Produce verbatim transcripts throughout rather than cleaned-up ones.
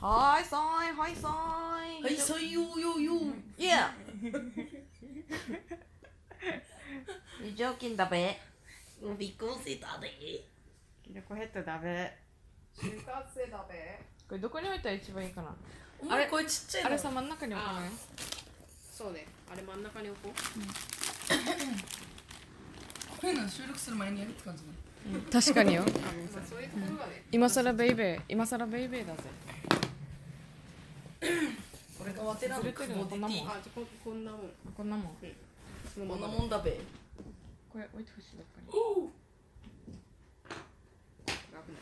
はーいさーいはいさーいはいさいよよよいや非常勤だべ予備校生だでキノコヘッドだべ就活生だべ。 これどこに置いたら一番いいかな。 お前これちっちゃいのあれさ真ん中に置かない？ そうね。あれ真ん中に置こう。 こういうの収録する前にやるって感じだね。 確かによ。 まあそういうところがね。 今さらベイベー今さらベイベーだぜ。 これがわてらんのずれてるのこんなもん。 あ、じゃここんなもん。 こんなもん。 そのこんなままもんだべ。 これ置いてほしいどっかに。 おう危ない。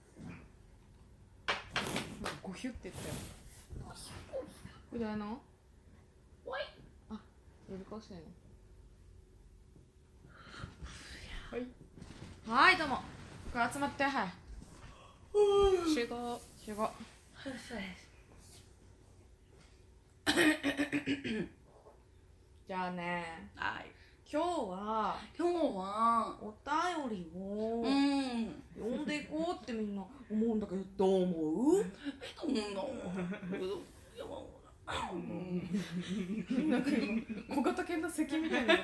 ゴヒュって言ったよ。これ誰の？ おいあ、予備校生の。 はい。 はいどうも。これ集まってはい。 集合。 集合。じゃあね、 はい。 今日は今日はお便りをうん読んでいこうってみんな思うんだけどどう思う？ えと思うのいやもうなんか今小型犬の咳みたいな。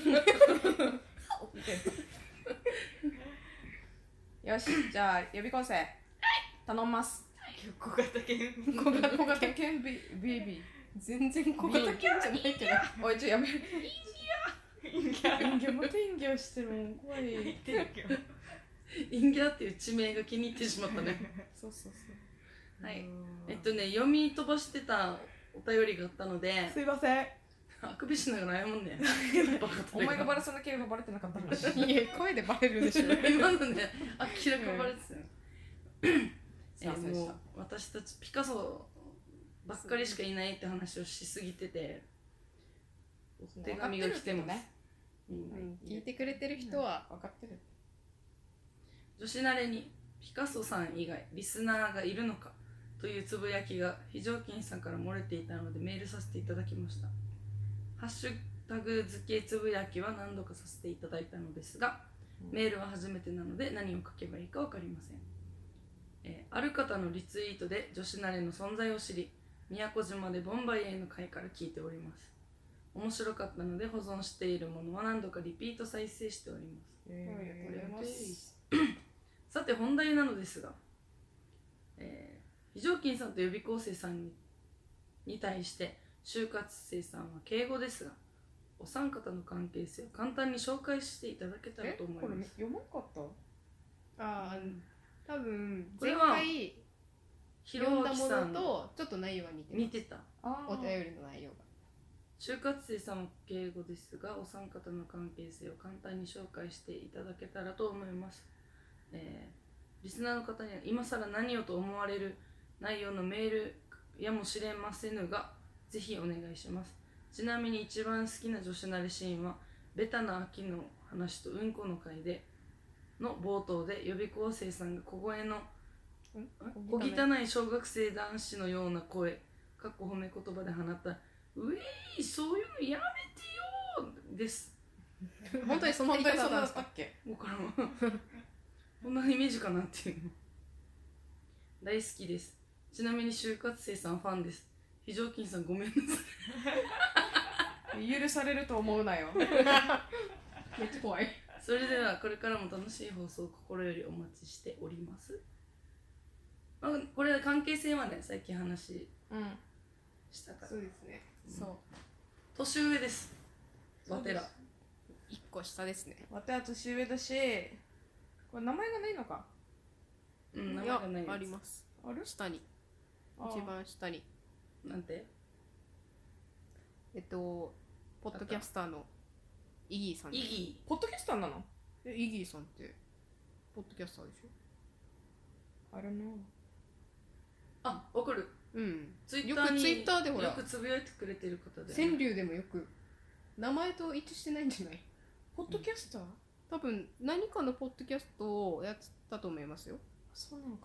よし、じゃあ予備校生頼みます。 小型犬。 小型小型犬ビビービー。 全然小型犬じゃないけど。 おいちょやめる。インギャ。インギャまたインギャしてるもん怖い。 インギャっていう地名が気に入ってしまったね。 そうそうそう。 はい。えっとね読み飛ばしてたお便りがあったので、 すいません。 あくびしながら謝んね。 お前がバラさなければバレてなかった話。 いや、声でバレるでしょ。 今のね明らかバレてたよ。 すいませんでしたもう私たちピカソばっかりしかいないって話をしすぎてて、手紙が来てます。 ね。 うん聞いてくれてる人は分かってる。 女子慣れにピカソさん以外リスナーがいるのかというつぶやきが非常勤さんから漏れていたのでメールさせていただきました。ハッシュタグ付けつぶやきは何度かさせていただいたのですが、メールは初めてなので何を書けばいいか分かりません。えーある方のリツイートで女子慣れの存在を知り、宮古島でボンバイエの会から聞いております。面白かったので保存しているものは何度かリピート再生しております。 えありがとうございます。さて本題なのですが、えー、非常勤さんと予備校生さんにに対して就活生さんは敬語ですが、お三方の関係性を簡単に紹介していただけたらと思いこれます。 読まんかった？ ああ、多分前これは回ひろ読んだもあきさんのとちょっと内容は似てます。 似てた。 あお便りの内容が。 就活生さんは敬語ですが、お三方の関係性を簡単に紹介していただけたらと思います。えー、リスナーの方には今更何をと思われる内容のメールやもしれませぬが、ぜひお願いします。ちなみに一番好きな女子慣れシーンはベタな秋の話とうんこの会での冒頭で、予備校生さんが小声の小汚い小学生男子のような声かっこ褒め言葉で放ったうえいそういうのやめてよです本当にその言い方だったんですか？ っけ？ 分からんこんなイメージかなっていうの大好きです。ちなみに就活生さんファンです。非常勤さんごめんなさい許されると思うなよ。 めっちゃ怖い。 それではこれからも楽しい放送を心よりお待ちしております。まあ、これは関係性はね最近話うん。 したからそうですね。 そう。 年上ですわてら。 一個下ですね。 わては年上だし、これ名前がないのか？ うん名いや前がないやつあります。 ある？ 下にあー一番下になんてえっとポッドキャスターのイギーさんです。 イギポッドキャスターなの？ えイギーさんってポッドキャスターでしょ？ あれな。 あわかる。 うん。 ツイッターによくツイッターでほらよくつぶやいてくれてる方で、 川柳でもよく名前と一致してないんじゃない？ ポッドキャスター？ 多分何かのポッドキャストをやってたと思いますよ。 そうなのか。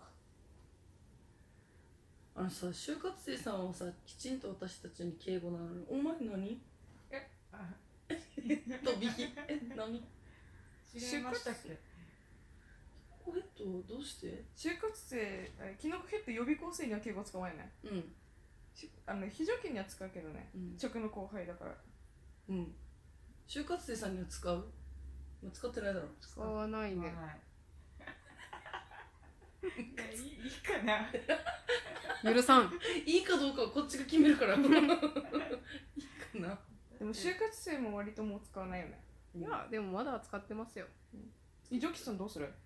あのさ就活生さんはさきちんと私たちに敬語なのにお前何え、あ、 飛び火え何違いましたっけ？ コヘッドどうして？ 就活生、キノコヘッド予備校生には結構使わないね。 うんあの非常勤には使うけどね、 うん直の後輩だから。 うん就活生さんには使う？もう使ってないだろ。 使わないね。 はいいやいいいいかな。 許さん。 いいかどうかはこっちが決めるからいいかな。 でも就活生も割ともう使わないよね。 いやでもまだ使ってますよ。 異常気さんどうする？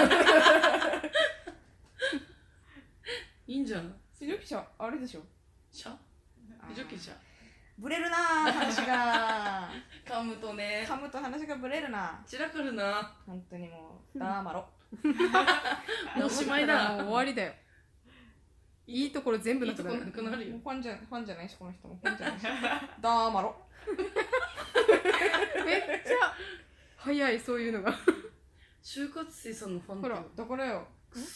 いいんじゃん。 異常気さんあれでしょ。 シャ非常勤者ブレるなー話が。 噛むとね噛むと話がブレるな。 散らかるな。 本当にもうダーマロ。 もうおしまいだ。 もう終わりだよ。いいところ全部いいとこなくなる。 なくなるよもう。ファンじゃファンじゃないしこの人もファンじゃないし。ダーマロ。 めっちゃ早いそういうのが。 就活生さんのファンってほらだからよ。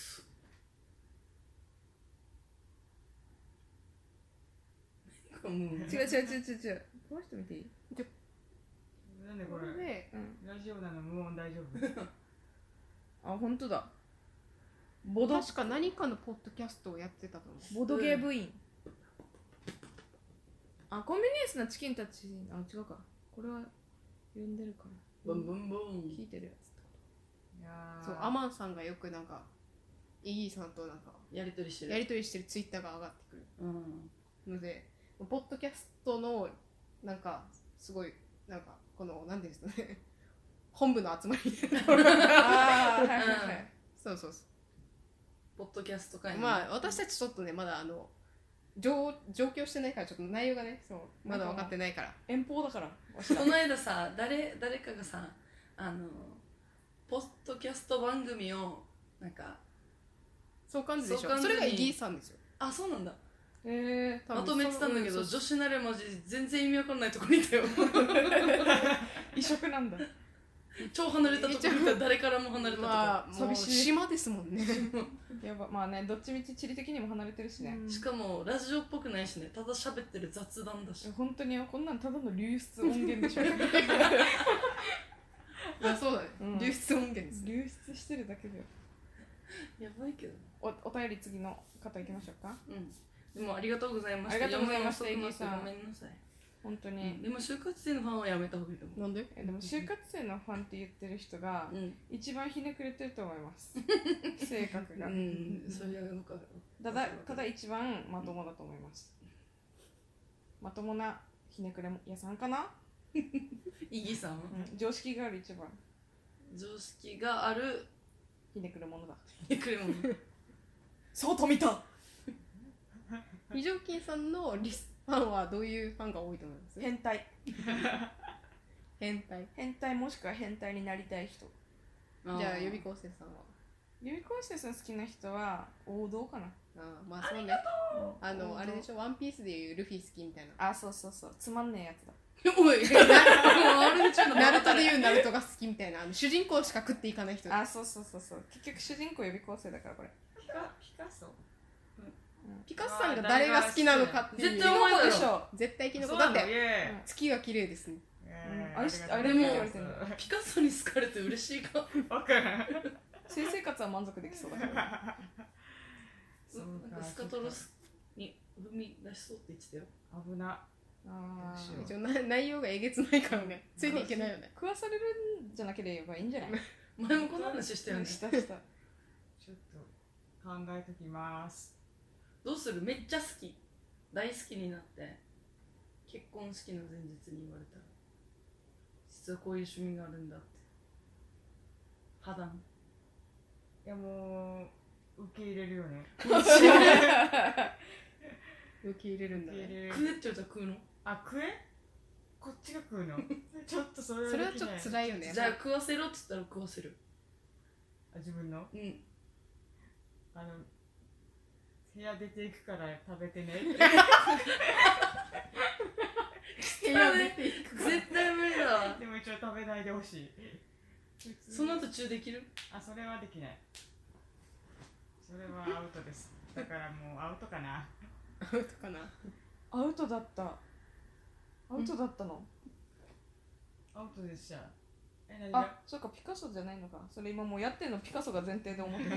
もう違う違う違う違う違う。この人見ていい？ なんでここれれでうん。 ラジオなの無音大丈夫？ あ本当だ。ボド確か何かのポッドキャストをやってたと思う。 ボドゲー部員。あコンビニエンスなチキンたち。あ違うか。これは呼んでるからブンブンブン。 聞いてるやつってこいやーそうアマンさんがよくなんかイギーさんとなんかやりとりしてる。 やり取りしてるツイッターが上がってくるうん。 ので、ポッドキャストのなんかすごいなんかこの何ていうんですかね本部の集まりみたいなところがああはいはいはい。 そうそうそポッドキャスト会う。まあ私たちちょっとねまだあの上上京してないからちょっと内容がねそうまだ分かってないから。 遠方だからわしらこの間さ誰誰かがさあのポッドキャスト番組をなんかそう感じでしょ。 そう感じにそれがイギーさんですよ。 あそうなんだえ多分まとめてたんだけどそうそう女子なれマジ全然意味わかんないとこにいたよー、異色なんだ。 超離れたとこにいた誰からも離れたとこ、 まあもう寂しい島ですもんね。 やばまあねどっちみち地理的にも離れてるしね、 うんしかもラジオっぽくないしねただ喋ってる雑談だし本当にこんなんただの流出音源でしょ。 あそうだね、 うん流出音源です。 流出してるだけで。 やばいけどおお便り次の方行きましょうか。 うんでもありがとうございました。 ありがとうございました読むの遅くなってイギーさんごめんなさい、 本当に、 うんでも就活生のファンはやめた方がいいと思う。 なんで？ えでも就活生のファンって言ってる人がうん一番ひねくれてると思います性格が、 うんそれはなんかただただ一番まともだと思います。まともなひねくれ屋さんかな、 イギさんはうん、常識がある一番常識があるひねくれ者だ。 ひねくれ者そうと見た。 非常勤さんのリスファンはどういうファンが多いと思います？ 変態変態。 変態もしくは変態になりたい人。 じゃあ予備校生さんは？ 予備校生さん好きな人は王道かな。 ああまあそうね。あのあれでしょ、ワンピースでいうルフィ好きみたいな。 あそうそうそうつまんねえやつだ。 おいもうあれちょっとナルトでいうナルトが好きみたいな、あの主人公しか食っていかない人。 あそうそうそうそう結局主人公予備校生だからこれ。 ピカピカソ。 ピカソさんが誰が好きなのかっていう。 絶対お前だろでしょ。 絶対キノコそうなのイだってエ月が綺麗ですね。 ーイうんイエーイあれ知ってありがとうあれもございますピカソに好かれて嬉しいかわからん。 性生活は満足できそうだから。 そうなんかスカトロスに踏み出しそうって言ってたよ。 危な。 あー一応な内容がえげつないからね、ついていけないよね。 食わされるんじゃなければいいんじゃない？ 前もこの話したよね。 したした。 ちょっと考えときます。 どうする？めっちゃ好き大好きになって結婚式の前日に言われたら実はこういう趣味があるんだって破談。 いやもう受け入れるよね。 受け入れるんだね。 受け入れる。 食えって言われたら食うの？ あ食え？こっちが食うの？ちょっとそれはそれはできないちょっと辛いよね。 じゃあ食わせろって言ったら食わせる。 あ自分のうんあの部屋出ていくから食べてねって。 部屋出ていくから絶対無理だわ。 でも一応食べないでほしい。 その後チューできる？ あそれはできない。それはアウトです。だからもうアウトかな。 アウトかな。 アウトだった。アウトだったの？ アウトでした。 え、何があ、そうか、ピカソじゃないのか。それ今もうやってんのピカソが前提で思ってる。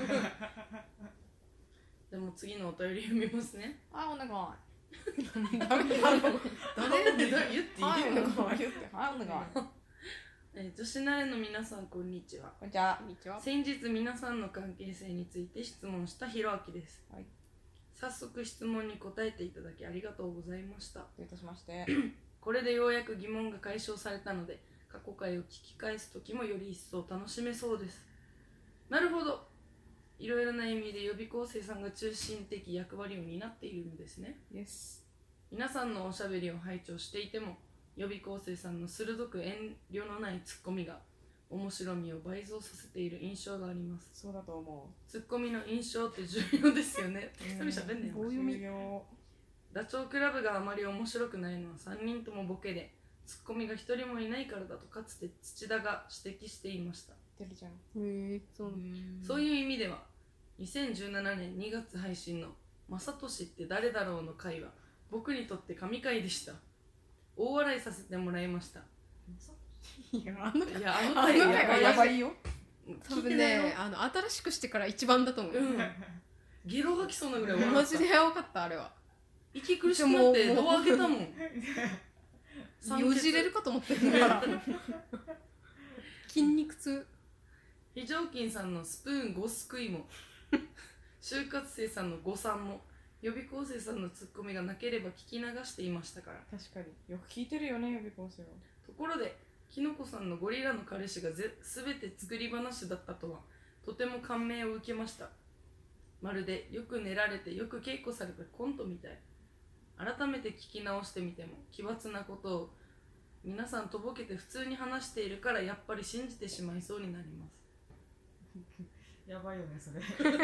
でも次のお便り読みますね。 あ、お願い。 誰誰って言っていいの、 はい、お願い。言って、はい、お願い。 えー女子慣れの皆さんこんにちは。 こんにちは。 こんにちは。 先日皆さんの関係性について質問したひろあきです、 はい、 早速質問に答えていただきありがとうございました。 どういたしまして。 これでようやく疑問が解消されたので、過去回を聞き返す時もより一層楽しめそうです。なるほど、いろいろな意味で予備校生さんが中心的役割を担っているのですね。 イエス。 皆さんのおしゃべりを拝聴していても、予備校生さんの鋭く遠慮のないツッコミが面白みを倍増させている印象があります。 そうだと思ツッコミの印象って重要ですよね。 う。 一人喋んねん棒読み。重ダチョウ倶楽部があまり面白くないのはさんにんともボケで、ツッコミがひとりもいないからだとかつて土田が指摘していました。 てるじゃん。 へえ、そう。 そういう意味ではにせんじゅうななねんにがつ配信の「まさとしって誰だろう」の回は僕にとって神回でした。大笑いさせてもらいました。 いや、あのいや、あのあの回回はやばいよ。 多分ね、あの新しくしてから一番だと思う。 うん、ゲロがきそうなぐらい笑った。 マジでやばかったあれは。 息苦しくなってでもドア開けたもん。 よじれるかと思ってるから。筋肉痛。 非常勤さんのスプーンごすくいも就活生さんのごさんも予備校生さんのツッコミがなければ聞き流していましたから。 確かに。よく聞いてるよね、予備校生は。 ところできのこさんのゴリラの彼氏がぜ全て作り話だったとはとても感銘を受けました。まるでよく練られてよく稽古されたコントみたい。改めて聞き直してみても奇抜なことを皆さんとぼけて普通に話しているからやっぱり信じてしまいそうになります。 やばいよねそれ。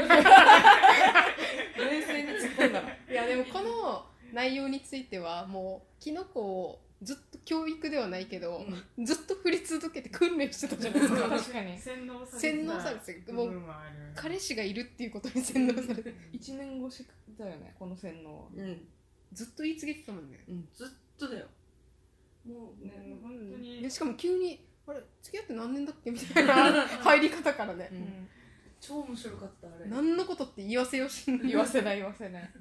冷静に突っ込んだら。 いやでもこの内容についてはもうキノコをずっと教育ではないけど、 うん、 ずっと振り続けて訓練してたじゃないですか。 確かに。 洗脳されて洗脳されてたもう部分はある。 彼氏がいるっていうことに洗脳されて一年越しだよね、この洗脳は。 うんずっと言い継げてたもんね。 うん、ずっとだよ。もうね、 ね本当にでしかも急にあれ付き合って何年だっけみたいな入り方からね、 う、 うんん。 超面白かったあれ。 何のことって言わせよしん言わせない言わせない。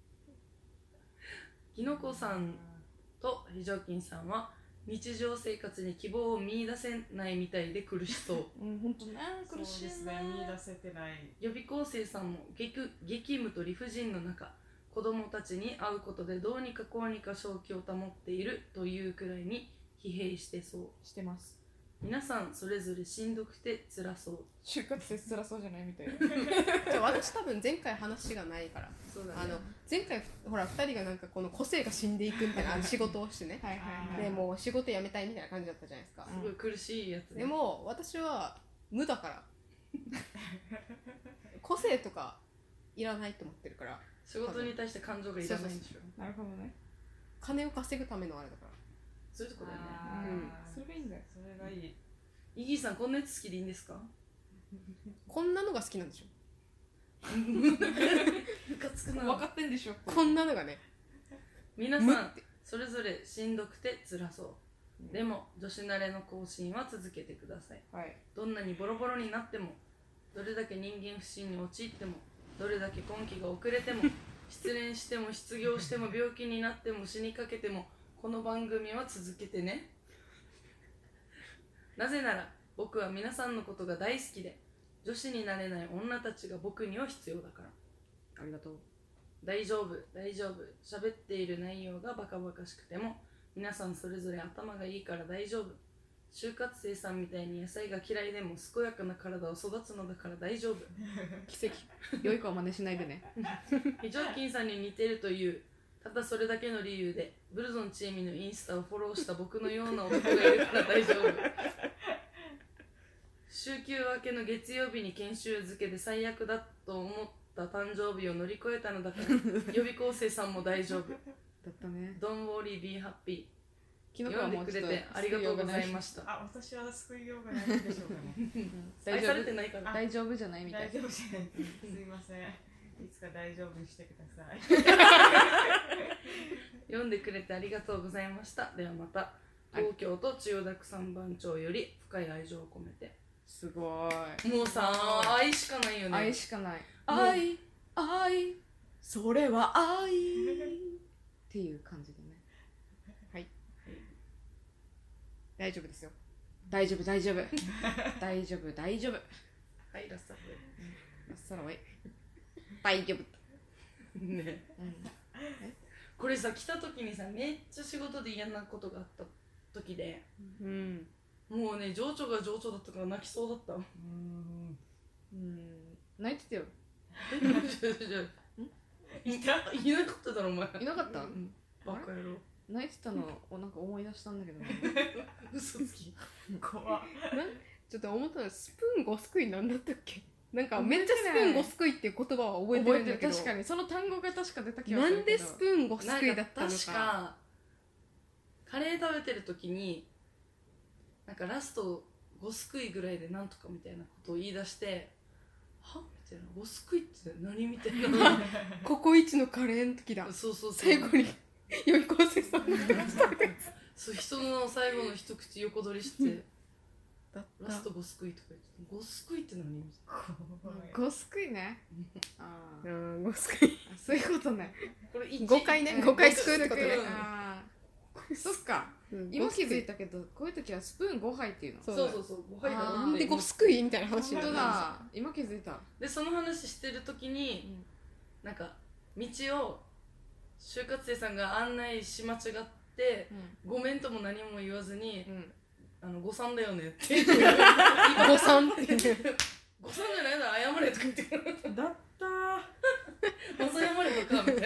きのこさんと非常勤さんは日常生活に希望を見出せないみたいで苦しそううん、ほんとね、 そう苦しいですね、見出せてない。 予備校生さんも激激務と理不尽の中、子供たちに会うことでどうにかこうにか正気を保っているというくらいに疲弊してそう。 してます。 皆さんそれぞれしんどくて辛そう。 就活生辛そうじゃないみたいな。 じゃあ私多分前回話がないから、 そうだね。 あの前回ほらふたりがなんかこの個性が死んでいくみたいなあの仕事をしてねはいはいはい。 でもう仕事辞めたいみたいな感じだったじゃないですか、 すごい苦しいやつね。 でも私は無だから個性とかいらないと思ってるから、 仕事に対して感情がいらないんでしょ。 なるほどね。 金を稼ぐためのあれだからそういうとこだよね。 あーそれがいいんだよ。 それがいい。 イギーさんこんなやつ好きでいいんですか？ こんなのが好きなんでしょ。 ムカつくな。 分かってんでしょ。 こんなのがね皆さん無ってそれぞれしんどくて辛そう。でも女子慣れの更新は続けてください。 はい。 どんなにボロボロになっても、どれだけ人間不信に陥っても、どれだけ今期が遅れても、失恋しても失業しても病気になっても死にかけても、この番組は続けてね。なぜなら僕は皆さんのことが大好きで、女子になれない女たちが僕には必要だから。 ありがとう。 大丈夫大丈夫、喋っている内容がバカバカしくても皆さんそれぞれ頭がいいから大丈夫。就活生さんみたいに野菜が嫌いでも健やかな体を育つのだから大丈夫。 奇跡。良い子は真似しないでね。 非常勤さんに似てるというただそれだけの理由でブルゾンチーミのインスタをフォローした僕のような男がいるから大丈夫。週休明けの月曜日に研修漬けで最悪だと思った誕生日を乗り越えたのだから予備校生さんも大丈夫。 だったね。 Don't worry, be happy。 キノコ読んでくれはもうちょっとてありがとうございました。 あ、私は救いようがないんでしょうかね。 愛さ大丈夫。 れてないかな。 大丈夫じゃないみたい大。丈夫じゃない。すいません。いつか大丈夫にしてください。 読んでくれてありがとうございました。ではまた。 東京都千代田区三番町より深い愛情を込めて。 すごい。 もうさ愛しかないよね。 愛しかない。 愛愛、それは愛っていう感じでね。 大丈夫ですよ。 大丈夫大丈夫大丈夫大丈夫。 はいラストラッサラはい大丈夫。 ね、 うん、 これさ来た時にさめっちゃ仕事で嫌なことがあった時で、 うん。 もうね情緒が情緒だったから泣きそうだった。 うんうん泣いてたよ。 いたいなかっただろお前。 いなかった？ うん、バカ野郎。 泣いてたのをなんか思い出したんだけどね。 嘘つき。 怖っ。 なちょっと思ったのスプーンごすくいなんだったっけ。なんかめっちゃスプーンごすくいっていう言葉は覚えて覚えてる。 るんだけど、 確かにその単語が確か出た気がするけど。 なんでスプーンごすくいだったのか。 確かカレー食べてる時になんかラストごすくいぐらいでなんとかみたいなことを言い出してはみたいなごすくいって何みたいなココイチのカレーの時だ。 そうそうそう最後に良い子せさんそう人の最後の一口横取りしてだったラストごすくいとか言ってごすくいって何みたいごすくいね。あうーんごすくいあ、そういうことね。 な。これ一ごかいねごかいすくうってことね。 うんああ、そっか。 うん今気づいたけど、こういう時はスプーンごはいっていうの。 そうだそうそうそうごはいだろあーなんでごすくいみたいな話に本当なる。 だ。今気づいた。 でその話してる時に、なんか道を就活生さんが案内し間違ってごめんとも何も言わずにうん。うん。 あの誤算だよねって言ってごさんっていう誤算じゃないなら謝れとか言ってだったまた謝れとかみたいな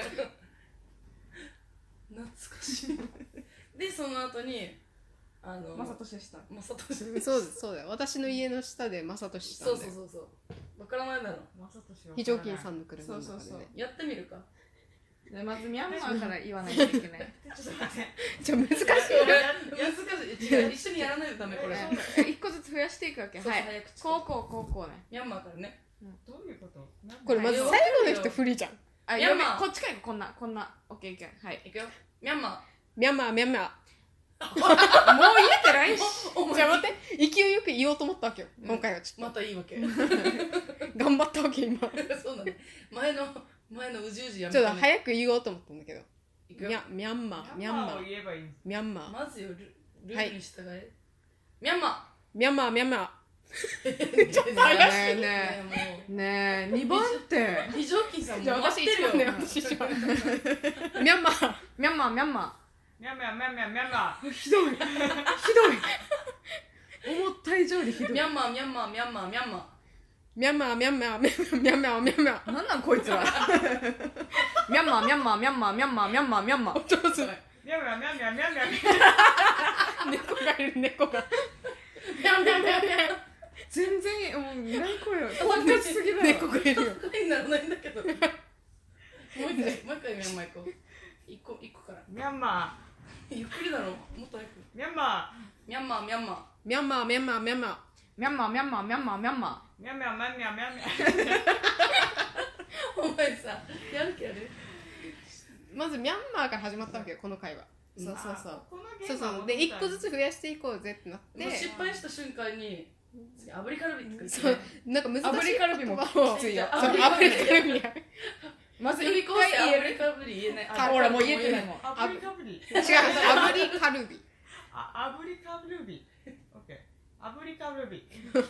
懐かしいでその後にあのまさとしでした。 まさとしそうですそうだよ。私の家の下でまさとししたんそうだよ。 そうそうそうわからないだろまさとしは非常勤さんの車の中でね。 そうそうそうやってみるかでまずミャンマーから言わないといけない。 ちょっと待ってじゃあ難しいいや難しい違う一緒にやらないとダメこれえ一個ずつ増やしていくわけ。 そうはい。 早口こうこうこうこうね。 ミャンマーからねどういうことこれまずはい最後の人不利じゃん。 あ、 ミャンマーやべこっちかいこんなこんな。オッケーいけはい。 いくよミャンマミャンマーミャンマもう言えてないし。 ーー。じゃあ待って勢いよく言おうと思ったわけよ。 うん今回はちょっまたいいわけと頑張ったわけ今。 そうだね前の前のうじうじやめちょったとね早く言おうと思ったんだけど。 いくよミャミャンマーミャンマをー言えばいいんですミャンマーまずよルルールに従えミャンマミャンマーミャンマーちょっとねえねねえねえにばん手。 もう非常勤さんもじゃあ待ってるよ私一番ね私一番ー。ミャンマーミャンマーミャンマミャンマーミャンマーミャンマー。ひどいひどい。思った以上にひどい。 ミャンマーミャンマーミャンマーミャンマーミャンマーミャンマーミャンマーミャンマーミャンマー。 なんなんこいつら。ミャンマーミャンマーミャンマーミャンマーミャンマーミャンマー。 上手。 ーミャンマーミャンマーミャンマー猫がいる猫が。 ミャンミャンミャンミャン全然もう何これ。本格すぎだよ。 猫がいるよ。 高にならないんだけどもう一回もう一回ミャンマー行こう一個一個からミャンマゆっくりだろもっと早くーミャンマミャンマーミャンマミャンマーミャンマーミャンマー。 ミャンマーミャンマーミャンマーミャンマーミャンマーミャンマーミャンマーーお前さやる気やるまずミャンマーから始まったわけよこの回は。そうそうそう。そうそうで一個ずつ増やしていこうぜってなってもう失敗した瞬間に次炙りカルビってそ言っうなんか難しい炙りカルビも言葉をきついよそう炙りカルビやー。まず呼び一回込んで炙り言える。 カルビ言えないあ、ほらもう言えてないもん。 アブリカブリ違う炙りカルビあアブリカブルビオッケーアブリカブルビ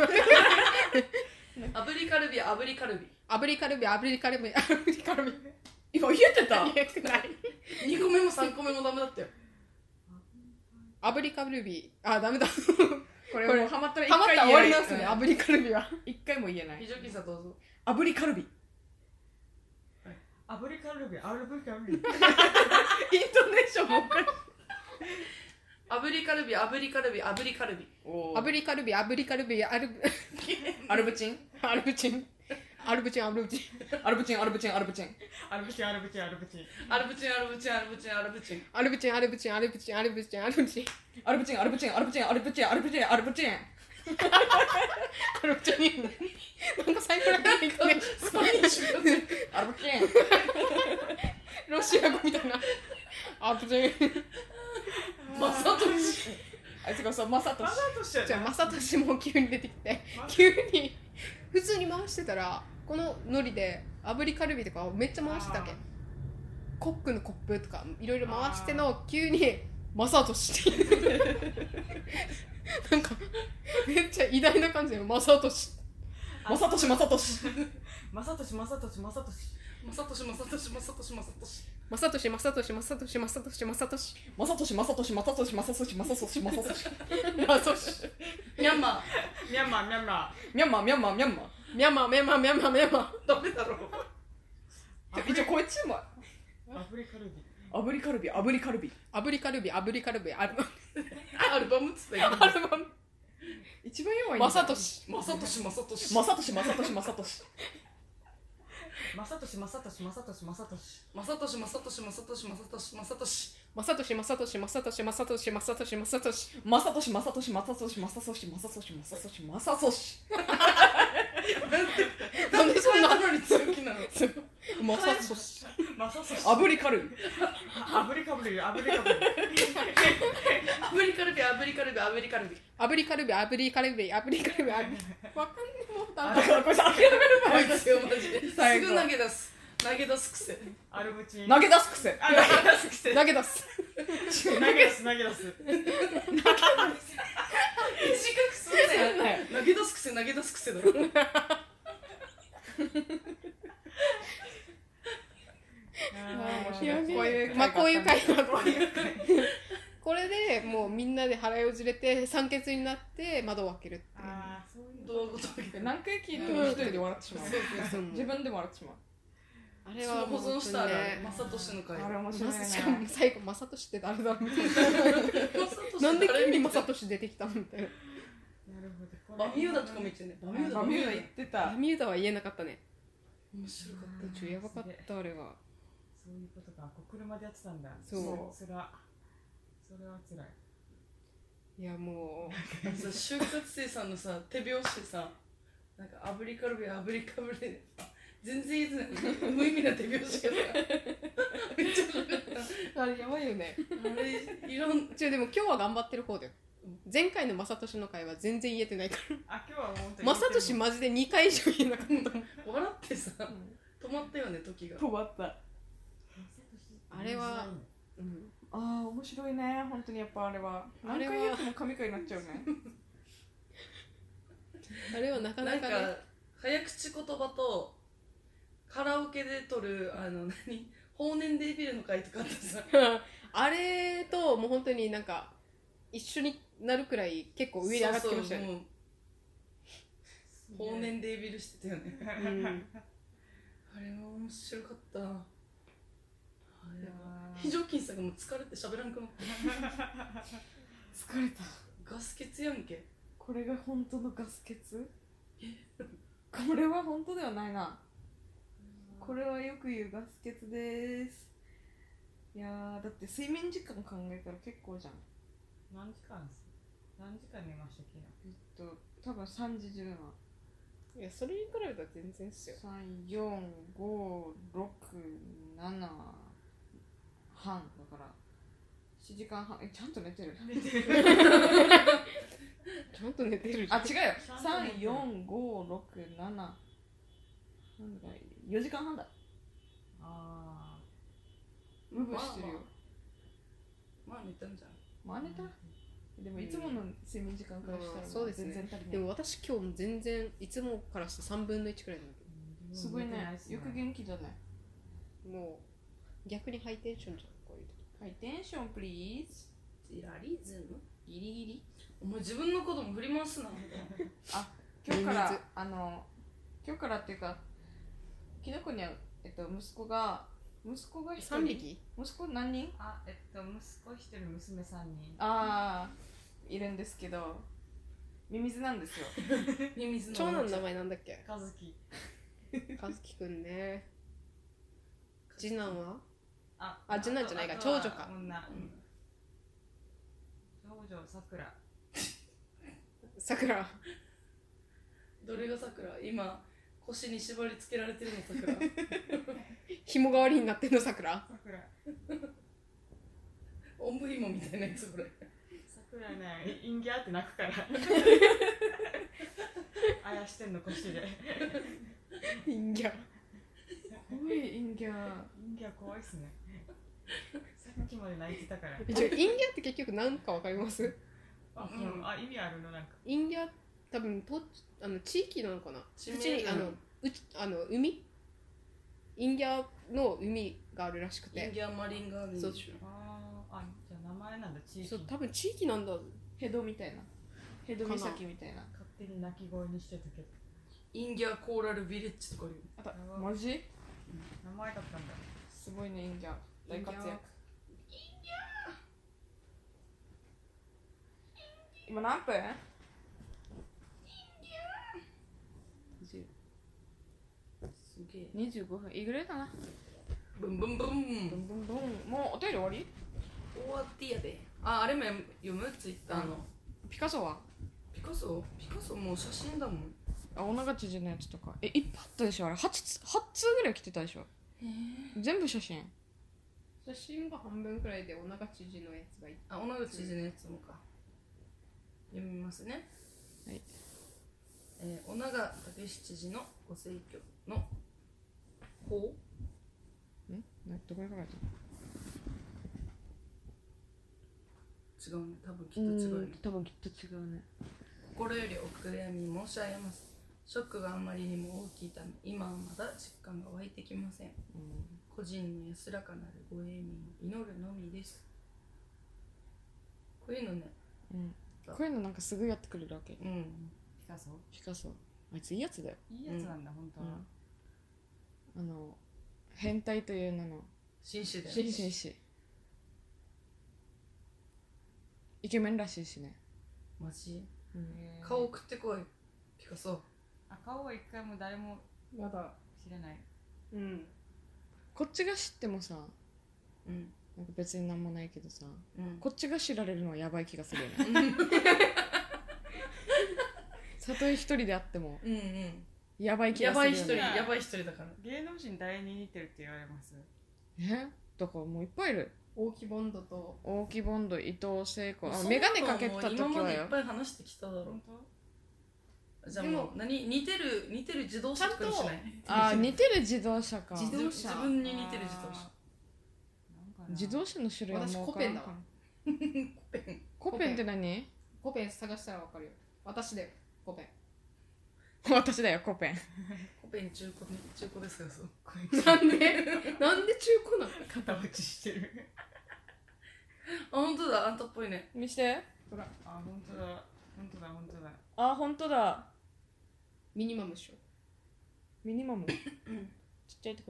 炙りカルビ炙りカルビ炙りカルビ炙りカルビ炙りカルビ今言えてた。 言えてないにこめもさんこめもダメだったよ炙りカルビあダメだこれこれもうハマったら一ハマったら回言えない。 終わりなんですね炙りカルビは一回も言えない非。常勤さんどうぞ炙りカルビ。インアブリカルビアブリカルビトネーションもう一回。 炙りカルビ炙りカルビ炙りカルビ炙りカルビ炙りカルビアルアルブチン。 アルブチンアルブチンアルブチンアルブチンアルブチンアルブチン。 アルブチンアルブチンアルブチンアルブチンアルブチンアルブチンアルブチンアルブチンアルブチンアルブチンアルブチンアルブチンアルブチンアルブチンアルブチンアルブチンアルブチンアルブチン。 アルブチンなんか最後だけねスパニッシュアルブチン。 ロシア語みたいなアルブチンマサトシあいつがさまさとしマサトシやじゃあなまさとしも急に出てきてま急に普通に回してたらこのノリで炙りカルビとかをめっちゃ回してたわけ。 あーコックのコップとかいろいろ回しての急にマサトシって言ってなんかめっちゃ偉大な感じでマサトシまさとしまさとしマサトシマサトシマサトシまさとしまさとしまさとしまさとしマサトシマサトシマサトシマサトシマサトシまさとしまさとしまさとしまさとしまさとしまさとしマサトシミャンマミャンマーミャンマミャンマーミャンマーミャンマーミャンマーミャンマーミャンマーミャンマーダメだろー一応こっちもアフリカルビ炙りカルビ炙りカルビー炙りカルビ炙りカルビアルバムアルバムっつったよアルバム一番弱いマサトシまさとしまさとしまさとしまさとしまさとしマサトシマサトシマサトシマサトシまさとしまさとしまさとしまさとしまさとしマサトシマサトシマサトシマサトシマサトシマサトシまさとしまさとしまさとしまさとしまさとしまさとしまさとしなんでそんなのに強気なのマサトシマサトシ炙りカルビアフリカブリアフリカブリアブリカルビアブリカルビアブリカルビ炙りカルビ炙りカルビ炙りカルビ炙りわかんねえもうダメだからこれさ諦めるこいつよマジです最後ぐ投げ出す投げ出す癖アルブチン投げ出す癖あ投げ出すくせ投げ出す投げ出す投げ出す短くすんなよ投げ出す癖投げ出す癖だろあーやべえこういうまあこういう会話こういう会これでもうみんなで腹をじれて酸欠になって窓を開けるっていうあーそういうどういうことだっけ何回聞いても一人で笑ってしまうそう自分でも笑ってしまうあれは保存したらねまさとしの会あれ面白いねましかも最後マサトシって誰だみたいななんで急にマサトシ出てきたみたいななるほどバミューダとかも言ってねバミューダバミューダ言ってたバミューダは言えなかったね面白かっちょやばかったあれはそういうことかこう車でやってたんだそうつらそれはつらいいやもたさ就活生さんのさ手拍子でさなんか炙りカルビ炙りカルビ全然言えてない無意味な手拍子がさめっちゃ面白かったうあれやばいよねあれいろんちょでも今日は頑張ってる方だよ前回のマサトシの回は全然言えてないからあ今日は本当にマサトシマジでにかい以上言えなかったもん笑ってさ止まったよね時が止まったあれはうんああ面白いね本当にやっぱあれは何あれは回言っても神回になっちゃうねあれはなかなかなんかね早口言葉とカラオケで撮るあの何法年デビルの回とかあってさあれともう本当になんか一緒になるくらい結構上に上がってきましたよねそうそうもう法年デビルしてたよねうんあれは面白かったあれは非常勤さんがもう疲れて喋らんくなって疲れたガス欠やんけこれが本当のガス欠これは本当ではないなこれはよく言うガス欠ですいやーだって睡眠時間考えたら結構じゃん何時間です何時間寝ましたっけえっと多分さんじじゅうなないやそれに比べたら全然っすよさん、よん、ご、ろく、ななはんだからしちじかんはんえちゃんと寝てるちゃんと寝てるじゃんあ違うよちゃんとさん、 寝てるよん、ご、ろく、なななんだよじかんはんだあムブしてるよまあ寝たんじゃんまあ寝たでもいつもの睡眠時間からしたらうんそうですね全然足りないでも私今日も全然いつもからしてさんぶんのいちくらいなんだけすごいねよく元気だねどもう逆にハイテンションじゃんこういう時はいテンションプリーズジラリズムギリギリお前自分のことも振り回すな今日からミミズあの今日からっていうかきのこには、えっと、息子が息子が一人さんびき息子何人あえっと息子一人娘三人ああいるんですけどミミズなんですよミミズの長男の名前なんだっけ和樹和樹くんね次男はああ次男じゃないかあとは長女か女うん長女さくらさくらどれがさくら今腰に縛り付けられてるのさくら紐代わりになってんのさくらさくらおんぶ紐みたいなやつこれさくらだよね、インギャーって泣くからあやしてんの腰でインギャ怖いインギャー。 インギャー怖いっすねさっきまで泣いてたからえじゃあインギャって結局何かわかります？ あ、うん、あ、意味あるのなんかインギャ多分とあの地域なのかな。 地うちに名あのうちあの海インギャの海があるらしくて、 インギャマリンガーデンそうでしょ。 あーあ、じゃあ名前なんだ、地域そう多分地域なんだ。 ヘドみたいな。ヘド岬みたいな。 勝手に鳴き声にしてたけどインギャコーラルビレッジとかあるよ。 あた、マジ名前だったんだ。 すごいね、インギャー。大活躍。今何分？ すげえ。 にじゅうごふん。いいぐらいだな。 ブンブンブン。 ブンブンブン。もうお便り終わり？ 終わってやで。あ、あれも読むツイッターの。 ピカソは？ ピカソピカソもう写真だもん。 あ、お長知事のやつとか。え、いっぱいあったでしょあれ。はちつ、はち通ぐらい来てたでしょ。全部写真。 写真が半分くらいでお長知事のやつがいて、 あ、お長知事のやつもか。読みますね。 はい。 えー、お長武史知事のご逝去の法んなどこに書かれて違うね。多分きっと違うね。 多分きっと違うね。 心よりお悔やみ申し上げます。ショックがあまりにも大きいため、今はまだ実感が湧いてきません。 うん個人の安らかなるご永眠を祈るのみです。こういうのね、 うん、こういうのなんかすぐやってくれるわけ。 うん、 ピカソピカソあいついいやつだよ。 いいやつなんだ、本当は。 あの変態という名の紳士だよ。 紳士イケメンらしいしね。 マジ、 うん、 顔送ってこい、ピカソ。 あ、顔は一回も誰もまだ知らない。 うんこっちが知ってもさ、 うんなんか別になんもないけどさ、 うんこっちが知られるのはやばい気がするよね。たとえ一人であってもうんうん。 やばい気がやばい一人、 するよね。 やばい一人だから。 芸能人誰に似てるって言われます？ えだからもういっぱいいる。 大木ボンドと大木ボンド、伊藤聖子、あそんなのメガネかけてた時もう今まはよでいっ。ぱい話してきただろ本う。じゃあもう何似てる似てる自動車とかにしない？ あー似てる自動車か。 自動車自分に似てる自動車。 自動車の種類はもう私コペンだわ。 コペン。 コペンって何？ コペン探したらわかるよ。私だよコペ私だよコペン。 コペン中古ね、中古ですからそう。 ンなんでなんで中古なの？ 肩落ちしてる。 あ、本当だ、あんたっぽいね。 見して。 ほらあ、本当だ、本当だ、本当だ。 あ本当だ。 ミニマムっしょ。 ミニマム。ちっちゃいってこと？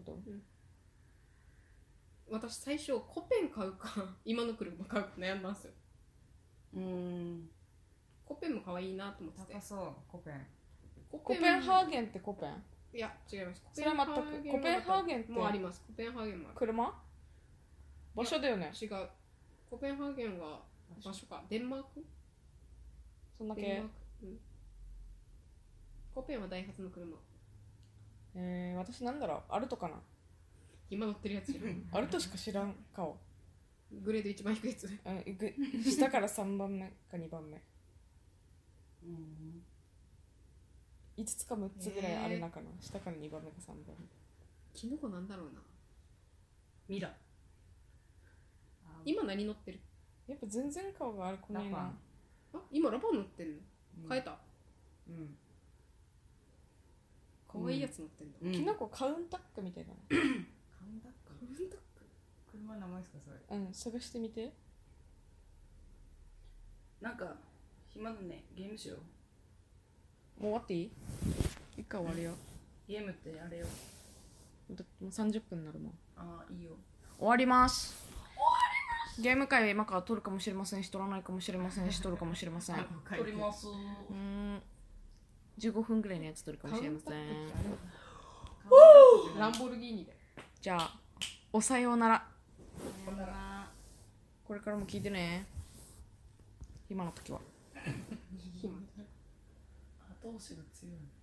私最初コペン買うか今の車買うか悩んだんですよ。 うーん。 コペンも可愛いなと思ってて高。そう、コペン。 ココペンハーゲンってコペン？ いや違います。 それは全くコペンハーゲンってもあります。コペンハーゲンもある。 車？場所だよね。 違う。コペンハーゲンは場所か。デンマーク？ そんだけデンマーク。うん。コペンはダイハツの車。 えー、私なんだろうアルトかな。 今乗ってるやつじゃん。 アルトしか知らん顔。 グレード一番低いやつ。 うんいく下からさんばんめかにばんめ。 うん。 いつつかむっつぐらいある中の下からにばんめかさんばんめ。 キノコなんだろうな。 ミラ。 あ今何乗ってる？ やっぱ全然顔があるこないな。 ラファンあ今ラバン乗ってんの？ うん変えた？ うん。 可愛いやつ乗ってんだ。 うんキノコカウンタックみたいだね。 カウンタック。 カウンタック？ 車の名前ですか、それ。 うん探してみて。 なんか暇だね、ゲームしよう。 もう終わっていい？一回終わるよ。 ゲームってあれよ。 だってもうさんじゅっぷんになるもん。 ああ、いいよ。 終わります終わります。ゲーム会は今から撮るかもしれませんし撮らないかもしれませんし撮るかもしれません。う撮ります。 ーんじゅうごふんぐらいのやつ撮るかもしれません。 ランボルギーニで。 じゃあおさようなら。 さよなら。 これからも聞いてね今の時は。 暇。 後押しが強い。